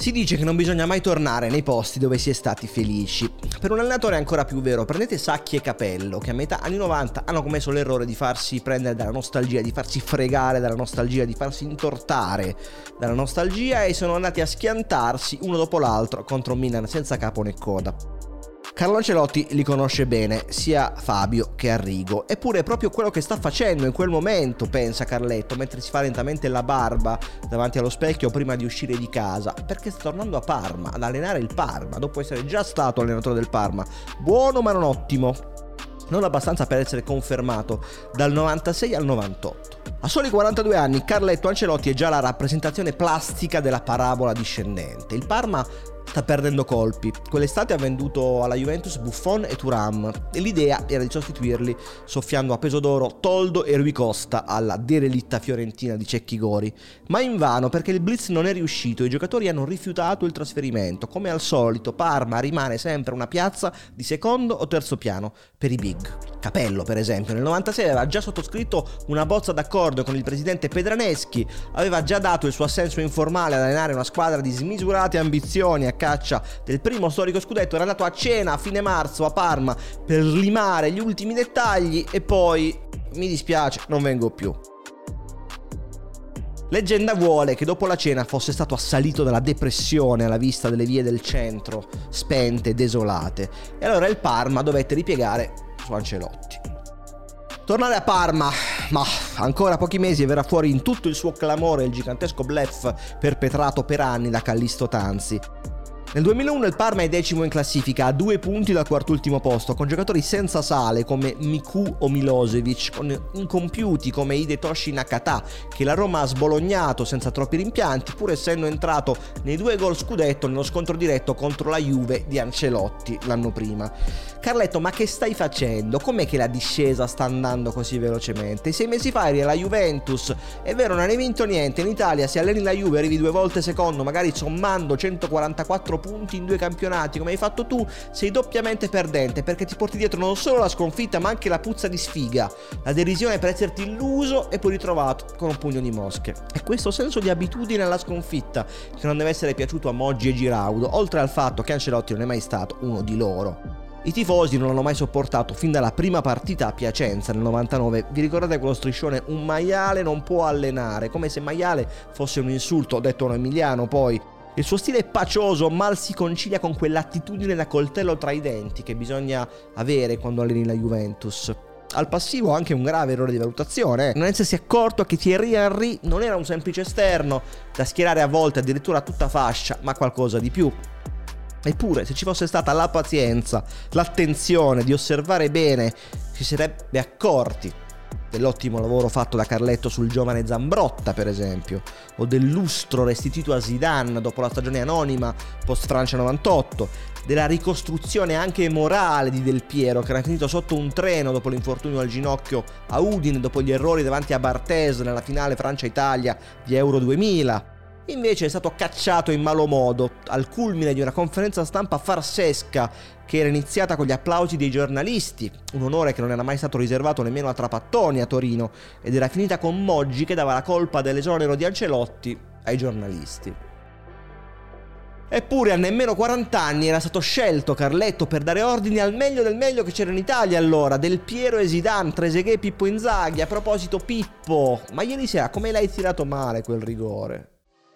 Si dice che non bisogna mai tornare nei posti dove si è stati felici. Per un allenatore è ancora più vero. Prendete Sacchi e Capello, che a metà anni 90 hanno commesso l'errore di farsi prendere dalla nostalgia, di farsi fregare dalla nostalgia, di farsi intortare dalla nostalgia e sono andati a schiantarsi uno dopo l'altro contro Milan senza capo né coda. Carlo Ancelotti li conosce bene, sia Fabio che Arrigo, eppure è proprio quello che sta facendo in quel momento, pensa Carletto, mentre si fa lentamente la barba davanti allo specchio prima di uscire di casa, perché sta tornando a Parma, ad allenare il Parma, dopo essere già stato allenatore del Parma. Buono ma non ottimo, non abbastanza per essere confermato dal 96 al 98. A soli 42 anni Carletto Ancelotti è già la rappresentazione plastica della parabola discendente. Il Parma sta perdendo colpi. Quell'estate ha venduto alla Juventus Buffon e Thuram e l'idea era di sostituirli soffiando a peso d'oro Toldo e Rui Costa alla derelitta fiorentina di Cecchi Gori, ma invano perché il blitz non è riuscito e i giocatori hanno rifiutato il trasferimento. Come al solito Parma rimane sempre una piazza di secondo o terzo piano per i big. Capello, per esempio, nel 96 aveva già sottoscritto una bozza d'accordo con il presidente Pedraneschi, aveva già dato il suo assenso informale ad allenare una squadra di smisurate ambizioni a caccia del primo storico scudetto, era andato a cena a fine marzo a Parma per limare gli ultimi dettagli e poi, mi dispiace, non vengo più. Leggenda vuole che dopo la cena fosse stato assalito dalla depressione alla vista delle vie del centro, spente e desolate, e allora il Parma dovette ripiegare su Ancelotti. Tornare a Parma, ma ancora pochi mesi e verrà fuori in tutto il suo clamore il gigantesco bluff perpetrato per anni da Callisto Tanzi. Nel 2001 il Parma è decimo in classifica a 2 punti dal quartultimo posto, con giocatori senza sale come Miku o Milosevic, con incompiuti come Hidetoshi Nakata, che la Roma ha sbolognato senza troppi rimpianti, pur essendo entrato nei 2 gol scudetto nello scontro diretto contro la Juve di Ancelotti l'anno prima. Carletto, ma che stai facendo? Com'è che la discesa sta andando così velocemente? 6 mesi fa eri alla Juventus, è vero, non hai vinto niente, in Italia se alleni la Juve arrivi 2 volte secondo, magari sommando 144 punti in 2 campionati come hai fatto tu, sei doppiamente perdente perché ti porti dietro non solo la sconfitta ma anche la puzza di sfiga, la derisione per esserti illuso e poi ritrovato con un pugno di mosche. E questo senso di abitudine alla sconfitta che non deve essere piaciuto a Moggi e Giraudo, oltre al fatto che Ancelotti non è mai stato uno di loro. I tifosi non l'hanno mai sopportato fin dalla prima partita a Piacenza nel 99. Vi ricordate quello striscione "un maiale non può allenare", come se maiale fosse un insulto, detto un emiliano poi. Il suo stile pacioso mal si concilia con quell'attitudine da coltello tra i denti che bisogna avere quando alleni la Juventus. Al passivo anche un grave errore di valutazione, non essersi accorto che Thierry Henry non era un semplice esterno da schierare a volte addirittura a tutta fascia, ma qualcosa di più. Eppure, se ci fosse stata la pazienza, l'attenzione di osservare bene, si sarebbe accorti dell'ottimo lavoro fatto da Carletto sul giovane Zambrotta, per esempio, o del lustro restituito a Zidane dopo la stagione anonima post Francia 98, della ricostruzione anche morale di Del Piero, che era finito sotto un treno dopo l'infortunio al ginocchio a Udine, dopo gli errori davanti a Barthez nella finale Francia-Italia di Euro 2000. Invece è stato cacciato in malo modo, al culmine di una conferenza stampa farsesca che era iniziata con gli applausi dei giornalisti, un onore che non era mai stato riservato nemmeno a Trapattoni a Torino, ed era finita con Moggi che dava la colpa dell'esonero di Ancelotti ai giornalisti. Eppure a nemmeno 40 anni era stato scelto Carletto per dare ordini al meglio del meglio che c'era in Italia allora, Del Piero e Zidane, Trezeguet, Pippo Inzaghi. A proposito Pippo, ma ieri sera come l'hai tirato male quel rigore?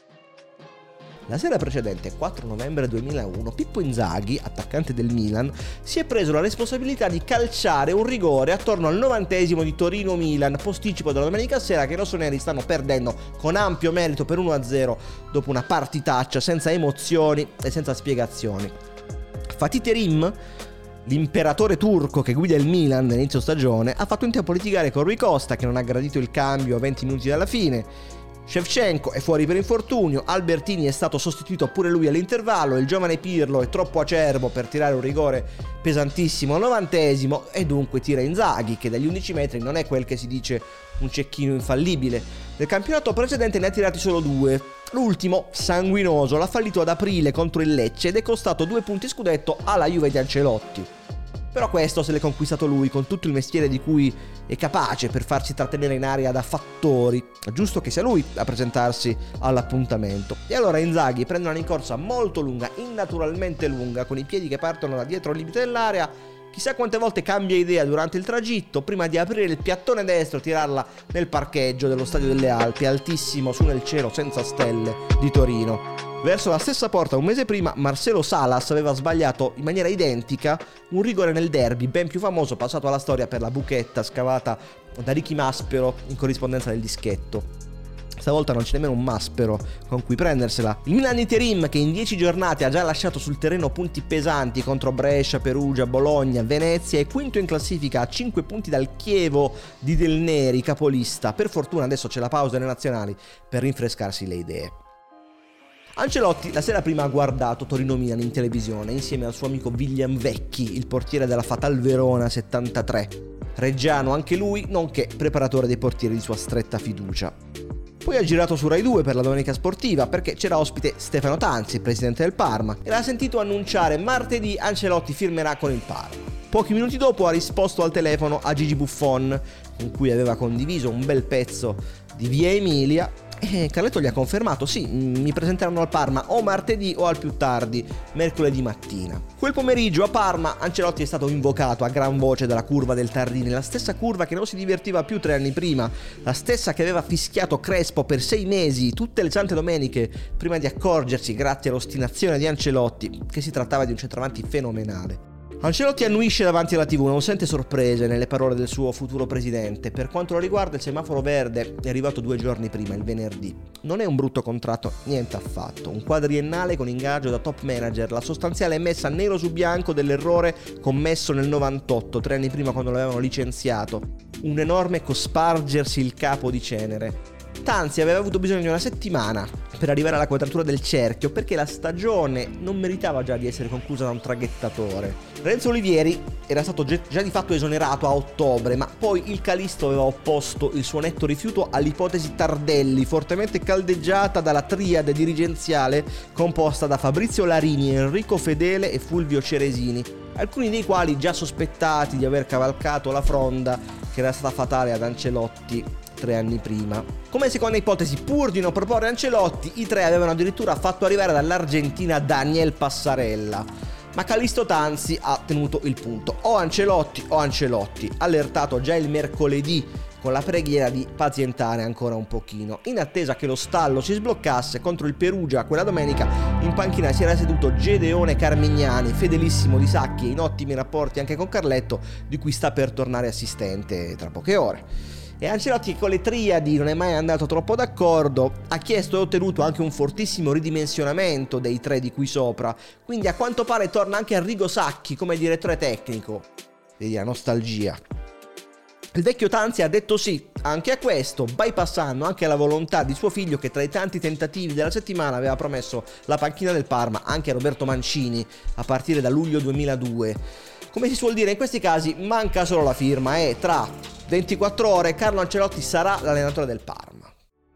La sera precedente, 4 novembre 2001, Pippo Inzaghi, attaccante del Milan, si è preso la responsabilità di calciare un rigore attorno al 90° di Torino-Milan, posticipo della domenica sera che i rossoneri stanno perdendo con ampio merito per 1-0 dopo una partitaccia senza emozioni e senza spiegazioni. Fatih Terim, l'imperatore turco che guida il Milan all'inizio stagione, ha fatto in tempo a litigare con Rui Costa, che non ha gradito il cambio a 20 minuti dalla fine. Shevchenko è fuori per infortunio, Albertini è stato sostituito pure lui all'intervallo, il giovane Pirlo è troppo acerbo per tirare un rigore pesantissimo al 90° e dunque tira Inzaghi, che dagli 11 metri non è quel che si dice un cecchino infallibile. Nel campionato precedente ne ha tirati solo 2. L'ultimo, sanguinoso, l'ha fallito ad aprile contro il Lecce ed è costato 2 punti scudetto alla Juve di Ancelotti. Però questo se l'è conquistato lui con tutto il mestiere di cui è capace per farsi trattenere in aria da fattori. È giusto che sia lui a presentarsi all'appuntamento. E allora Inzaghi prende una rincorsa molto lunga, innaturalmente lunga, con i piedi che partono da dietro il limite dell'area. Chissà quante volte cambia idea durante il tragitto, prima di aprire il piattone destro e tirarla nel parcheggio dello Stadio delle Alpi, altissimo su nel cielo senza stelle di Torino. Verso la stessa porta un mese prima Marcelo Salas aveva sbagliato in maniera identica un rigore nel derby ben più famoso, passato alla storia per la buchetta scavata da Ricky Maspero in corrispondenza del dischetto. Stavolta non c'è nemmeno un Maspero con cui prendersela. Il Milan di Terim, che in 10 giornate ha già lasciato sul terreno punti pesanti contro Brescia, Perugia, Bologna, Venezia, è quinto in classifica a 5 punti dal Chievo di Del Neri, capolista. Per fortuna adesso c'è la pausa nelle nazionali per rinfrescarsi le idee. Ancelotti la sera prima ha guardato Torino-Milan in televisione insieme al suo amico William Vecchi, il portiere della Fatal Verona 73. Reggiano anche lui, nonché preparatore dei portieri di sua stretta fiducia. Poi ha girato su Rai 2 per la domenica sportiva perché c'era ospite Stefano Tanzi, presidente del Parma, e l'ha sentito annunciare martedì Ancelotti firmerà con il Parma. Pochi minuti dopo ha risposto al telefono a Gigi Buffon, con cui aveva condiviso un bel pezzo di Via Emilia, e Carletto gli ha confermato: sì, mi presenteranno al Parma o martedì o al più tardi mercoledì mattina. Quel pomeriggio a Parma Ancelotti è stato invocato a gran voce dalla curva del Tardini, la stessa curva che non si divertiva più 3 anni prima, la stessa che aveva fischiato Crespo per 6 mesi tutte le sante domeniche prima di accorgersi, grazie all'ostinazione di Ancelotti, che si trattava di un centravanti fenomenale. Ancelotti annuisce davanti alla TV, non sente sorprese nelle parole del suo futuro presidente. Per quanto lo riguarda, il semaforo verde è arrivato 2 giorni prima, il venerdì. Non è un brutto contratto, niente affatto. Un quadriennale con ingaggio da top manager, la sostanziale messa nero su bianco dell'errore commesso nel 98, 3 anni prima quando l'avevano licenziato. Un enorme cospargersi il capo di cenere. Tanzi aveva avuto bisogno di una settimana per arrivare alla quadratura del cerchio, perché la stagione non meritava già di essere conclusa da un traghettatore. Renzo Olivieri era stato già di fatto esonerato a ottobre, ma poi il Callisto aveva opposto il suo netto rifiuto all'ipotesi Tardelli, fortemente caldeggiata dalla triade dirigenziale composta da Fabrizio Larini, Enrico Fedele e Fulvio Ceresini, alcuni dei quali già sospettati di aver cavalcato la fronda che era stata fatale ad Ancelotti 3 anni prima. Come seconda ipotesi, pur di non proporre Ancelotti, i 3 avevano addirittura fatto arrivare dall'Argentina Daniel Passarella. Ma Callisto Tanzi ha tenuto il punto. O Ancelotti, allertato già il mercoledì con la preghiera di pazientare ancora un pochino. In attesa che lo stallo si sbloccasse contro il Perugia quella domenica, in panchina si era seduto Gedeone Carmignani, fedelissimo di Sacchi e in ottimi rapporti anche con Carletto, di cui sta per tornare assistente tra poche ore. E Ancelotti, con le triadi non è mai andato troppo d'accordo, ha chiesto e ottenuto anche un fortissimo ridimensionamento dei 3 di qui sopra, quindi a quanto pare torna anche Arrigo Sacchi come direttore tecnico. Vedi la nostalgia. Il vecchio Tanzi ha detto sì anche a questo, bypassando anche la volontà di suo figlio, che tra i tanti tentativi della settimana aveva promesso la panchina del Parma anche a Roberto Mancini a partire da luglio 2002. Come si suol dire in questi casi, manca solo la firma e tra 24 ore Carlo Ancelotti sarà l'allenatore del Parma.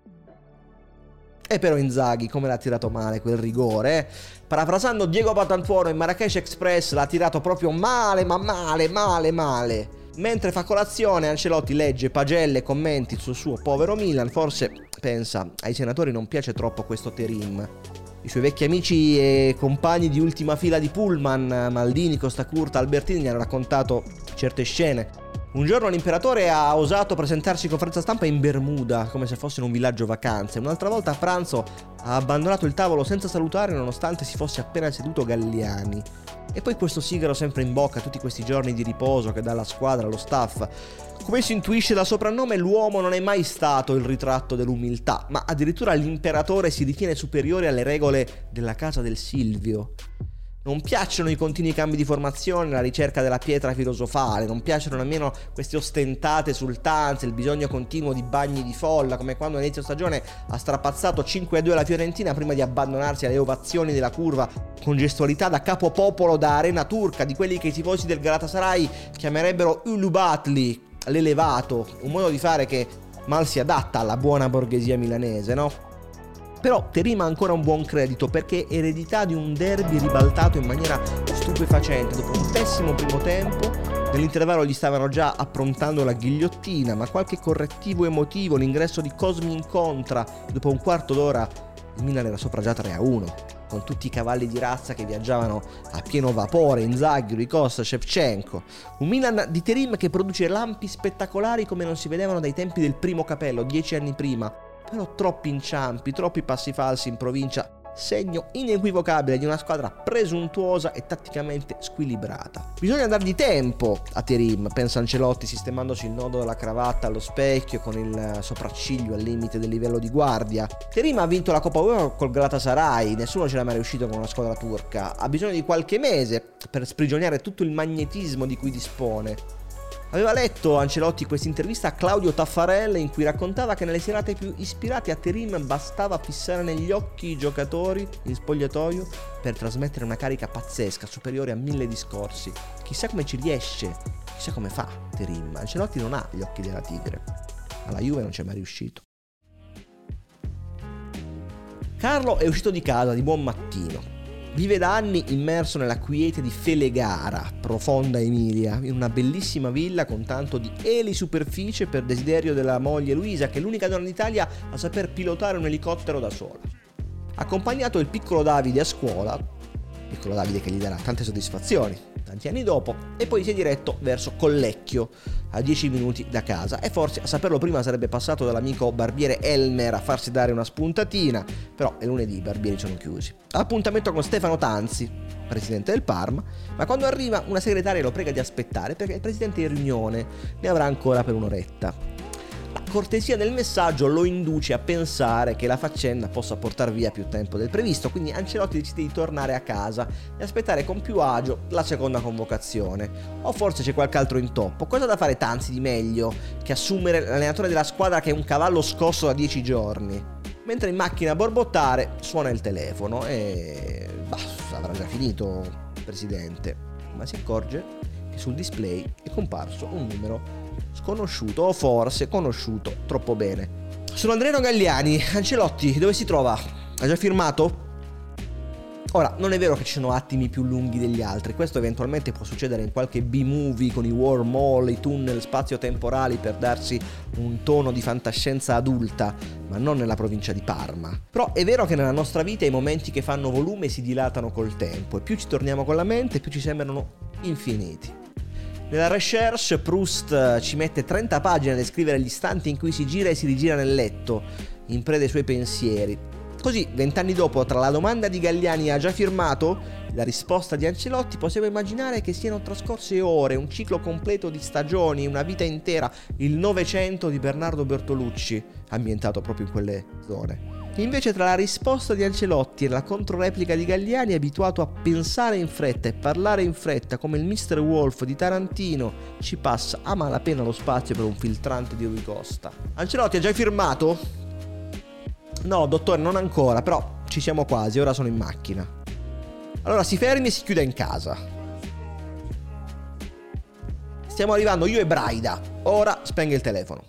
E però Inzaghi come l'ha tirato male quel rigore, Parafrasando Diego Batantuono in Marrakesh Express, l'ha tirato proprio male, ma male. Mentre fa colazione Ancelotti legge pagelle e commenti sul suo povero Milan, forse pensa ai senatori non piace troppo questo Terim. I suoi vecchi amici e compagni di ultima fila di Pullman, Maldini, Costa Curta, Albertini, gli hanno raccontato certe scene. Un giorno l'imperatore ha osato presentarsi in conferenza stampa in Bermuda, come se fosse in un villaggio vacanze. Un'altra volta a pranzo ha abbandonato il tavolo senza salutare, nonostante si fosse appena seduto Galliani. E poi questo sigaro sempre in bocca, tutti questi giorni di riposo che dà alla squadra, allo staff. Come si intuisce dal soprannome, l'uomo non è mai stato il ritratto dell'umiltà, ma addirittura l'imperatore si ritiene superiore alle regole della casa del Silvio. Non piacciono i continui cambi di formazione, la ricerca della pietra filosofale, non piacciono nemmeno queste ostentate esultanze, il bisogno continuo di bagni di folla, come quando all'inizio stagione ha strapazzato 5-2 alla Fiorentina prima di abbandonarsi alle ovazioni della curva con gestualità da capopopolo da arena turca, di quelli che i tifosi del Galatasaray chiamerebbero Ulubatli, l'elevato, un modo di fare che mal si adatta alla buona borghesia milanese, no? Però Terim ha ancora un buon credito perché è eredità di un derby ribaltato in maniera stupefacente dopo un pessimo primo tempo. Nell'intervallo gli stavano già approntando la ghigliottina, ma qualche correttivo emotivo, l'ingresso di Cosmin Incontra, dopo un quarto d'ora il Milan era sopra già 3-1. Con tutti i cavalli di razza che viaggiavano a pieno vapore, Inzaghi, Rui Costa, Shevchenko. Un Milan di Terim che produce lampi spettacolari come non si vedevano dai tempi del primo capello, 10 anni prima. Però troppi inciampi, troppi passi falsi in provincia, segno inequivocabile di una squadra presuntuosa e tatticamente squilibrata. Bisogna dargli tempo a Terim, pensa Ancelotti, sistemandosi il nodo della cravatta allo specchio con il sopracciglio al limite del livello di guardia. Terim ha vinto la Coppa UEFA col Galatasaray, nessuno ce l'ha mai riuscito con una squadra turca, ha bisogno di qualche mese per sprigionare tutto il magnetismo di cui dispone. Aveva letto Ancelotti questa intervista a Claudio Taffarel in cui raccontava che nelle serate più ispirate a Terim bastava fissare negli occhi i giocatori in spogliatoio per trasmettere una carica pazzesca, superiore a 1000 discorsi. Chissà come ci riesce, chissà come fa Terim. Ancelotti non ha gli occhi della tigre, alla Juve non c'è mai riuscito. Carlo è uscito di casa di buon mattino. Vive da anni immerso nella quiete di Felegara, profonda Emilia, in una bellissima villa con tanto di elisuperficie per desiderio della moglie Luisa, che è l'unica donna d'Italia a saper pilotare un elicottero da sola. Ha accompagnato il piccolo Davide a scuola, piccolo Davide che gli darà tante soddisfazioni, tanti anni dopo, e poi si è diretto verso Collecchio, a 10 minuti da casa, e forse a saperlo prima sarebbe passato dall'amico barbiere Elmer a farsi dare una spuntatina, però è lunedì, i barbieri sono chiusi. Ha appuntamento con Stefano Tanzi, presidente del Parma, ma quando arriva una segretaria lo prega di aspettare perché il presidente è in riunione, ne avrà ancora per un'oretta. La cortesia del messaggio lo induce a pensare che la faccenda possa portare via più tempo del previsto, quindi Ancelotti decide di tornare a casa e aspettare con più agio la seconda convocazione. O forse c'è qualche altro intoppo. Cosa da fare Tanzi di meglio che assumere l'allenatore della squadra che è un cavallo scosso da 10 giorni? Mentre in macchina a borbottare suona il telefono e... avrà già finito il presidente, ma si accorge che sul display è comparso un numero sconosciuto, o forse conosciuto troppo bene. Sono Adriano Galliani. Ancelotti dove si trova? Ha già firmato? Ora, non è vero che ci sono attimi più lunghi degli altri, questo eventualmente può succedere in qualche B-movie con i wormhole, i tunnel spazio-temporali per darsi un tono di fantascienza adulta, ma non nella provincia di Parma. Però è vero che nella nostra vita i momenti che fanno volume si dilatano col tempo, e più ci torniamo con la mente, più ci sembrano infiniti. Nella recherche Proust ci mette 30 pagine a descrivere gli istanti in cui si gira e si rigira nel letto, in preda ai suoi pensieri. Così, 20 anni dopo, tra la domanda di Galliani "ha già firmato?" e la risposta di Ancelotti, possiamo immaginare che siano trascorse ore, un ciclo completo di stagioni, una vita intera, il Novecento di Bernardo Bertolucci, ambientato proprio in quelle zone. Invece tra la risposta di Ancelotti e la controreplica di Galliani, abituato a pensare in fretta e parlare in fretta come il Mr. Wolf di Tarantino, ci passa a malapena lo spazio per un filtrante di Rui Costa. Ancelotti ha già firmato? No, dottore, non ancora, però ci siamo quasi, ora sono in macchina. Allora si fermi e si chiuda in casa. Stiamo arrivando io e Braida. Ora spenga il telefono.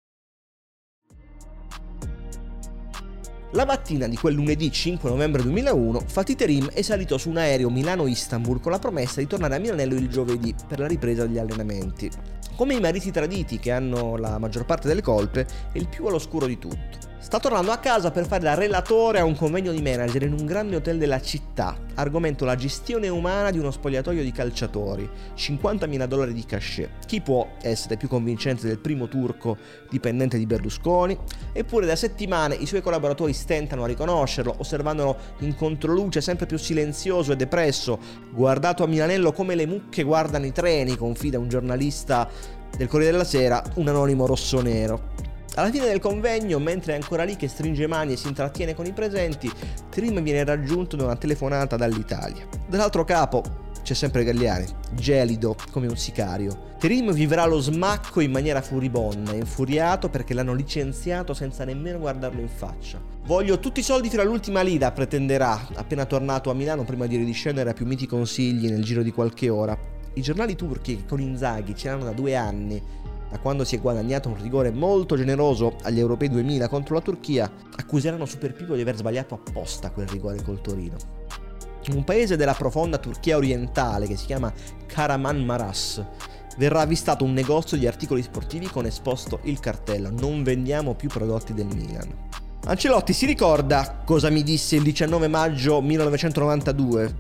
La mattina di quel lunedì 5 novembre 2001, Fatih Terim è salito su un aereo Milano-Istanbul con la promessa di tornare a Milanello il giovedì per la ripresa degli allenamenti. Come i mariti traditi che hanno la maggior parte delle colpe, è il più all'oscuro di tutto. Sta tornando a casa per fare da relatore a un convegno di manager in un grande hotel della città. Argomento: la gestione umana di uno spogliatoio di calciatori. $50.000 di cachet. Chi può essere più convincente del primo turco dipendente di Berlusconi? Eppure da settimane i suoi collaboratori stentano a riconoscerlo, osservandolo in controluce, sempre più silenzioso e depresso, guardato a Milanello come le mucche guardano i treni, confida un giornalista del Corriere della Sera, un anonimo rossonero. Alla fine del convegno, mentre è ancora lì che stringe mani e si intrattiene con i presenti, Terim viene raggiunto da una telefonata dall'Italia. Dall'altro capo c'è sempre Galliani, gelido come un sicario. Terim vivrà lo smacco in maniera furibonda, infuriato perché l'hanno licenziato senza nemmeno guardarlo in faccia. Voglio tutti i soldi fino all'ultima lira, pretenderà, appena tornato a Milano prima di ridiscendere a più miti consigli nel giro di qualche ora. I giornali turchi, che con Inzaghi ce l'hanno da 2 anni, da quando si è guadagnato un rigore molto generoso agli Europei 2000 contro la Turchia, accuseranno Super Pipo di aver sbagliato apposta quel rigore col Torino. un paese della profonda Turchia orientale che si chiama Kahramanmaraş, verrà avvistato un negozio di articoli sportivi con esposto il cartello: non vendiamo più prodotti del Milan. Ancelotti si ricorda cosa mi disse il 19 maggio 1992?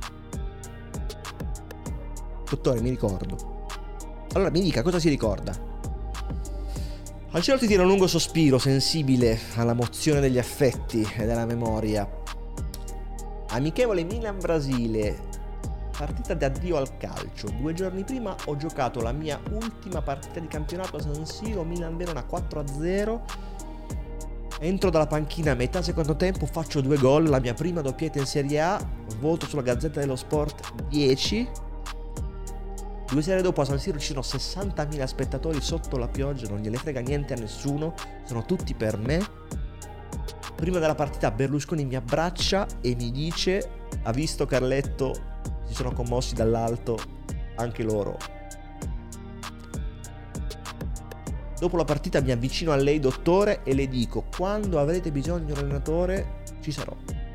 Dottore, mi ricordo. Allora mi dica cosa si ricorda. Ancelotti tira un lungo sospiro, sensibile alla mozione degli affetti e della memoria. Amichevole Milan-Brasile, partita d'addio al calcio. 2 giorni prima ho giocato la mia ultima partita di campionato a San Siro, Milan-Verona 4-0. Entro dalla panchina a metà secondo tempo, faccio 2 gol, la mia prima doppietta in Serie A, voto sulla Gazzetta dello Sport 10. 2 sere dopo a San Siro ci sono 60.000 spettatori sotto la pioggia, non gliene frega niente a nessuno, sono tutti per me. Prima della partita Berlusconi mi abbraccia e mi dice: ha visto Carletto? Si sono commossi dall'alto anche loro. Dopo la partita mi avvicino a lei, dottore, e le dico: quando avrete bisogno di un allenatore ci sarò.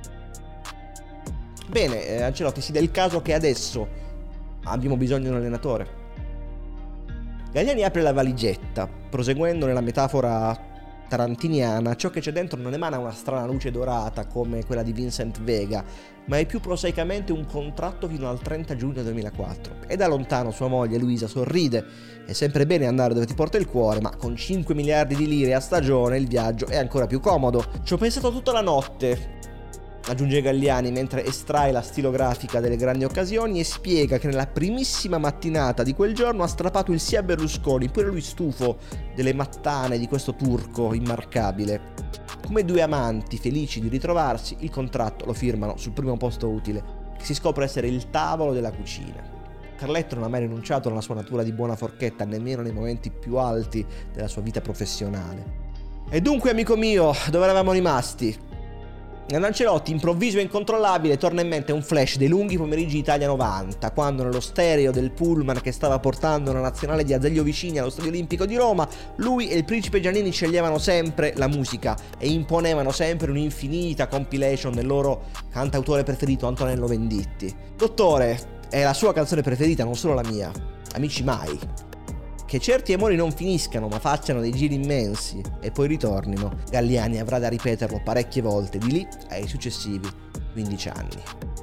Bene, Ancelotti, si dà il caso che adesso abbiamo bisogno di un allenatore. Galliani apre la valigetta, proseguendo nella metafora tarantiniana. Ciò che c'è dentro non emana una strana luce dorata come quella di Vincent Vega, ma è più prosaicamente un contratto fino al 30 giugno 2004. E da lontano sua moglie Luisa sorride. È sempre bene andare dove ti porta il cuore, ma con 5 miliardi di lire a stagione il viaggio è ancora più comodo. Ci ho pensato tutta la notte, aggiunge Galliani mentre estrae la stilografica delle grandi occasioni e spiega che nella primissima mattinata di quel giorno ha strappato il sì a Berlusconi, pure lui stufo delle mattane di questo turco immarcabile. Come 2 amanti felici di ritrovarsi, il contratto lo firmano sul primo posto utile, che si scopre essere il tavolo della cucina. Carletto non ha mai rinunciato alla sua natura di buona forchetta, nemmeno nei momenti più alti della sua vita professionale. E dunque, amico mio, dove eravamo rimasti? Ad Ancelotti, improvviso e incontrollabile, torna in mente un flash dei lunghi pomeriggi Italia 90, quando nello stereo del pullman che stava portando una nazionale di Azeglio Vicini allo Stadio Olimpico di Roma, lui e il principe Giannini sceglievano sempre la musica e imponevano sempre un'infinita compilation del loro cantautore preferito, Antonello Venditti. Dottore, è la sua canzone preferita, non solo la mia. Amici mai. Che certi amori non finiscano ma facciano dei giri immensi e poi ritornino. Galliani avrà da ripeterlo parecchie volte di lì ai successivi 15 anni.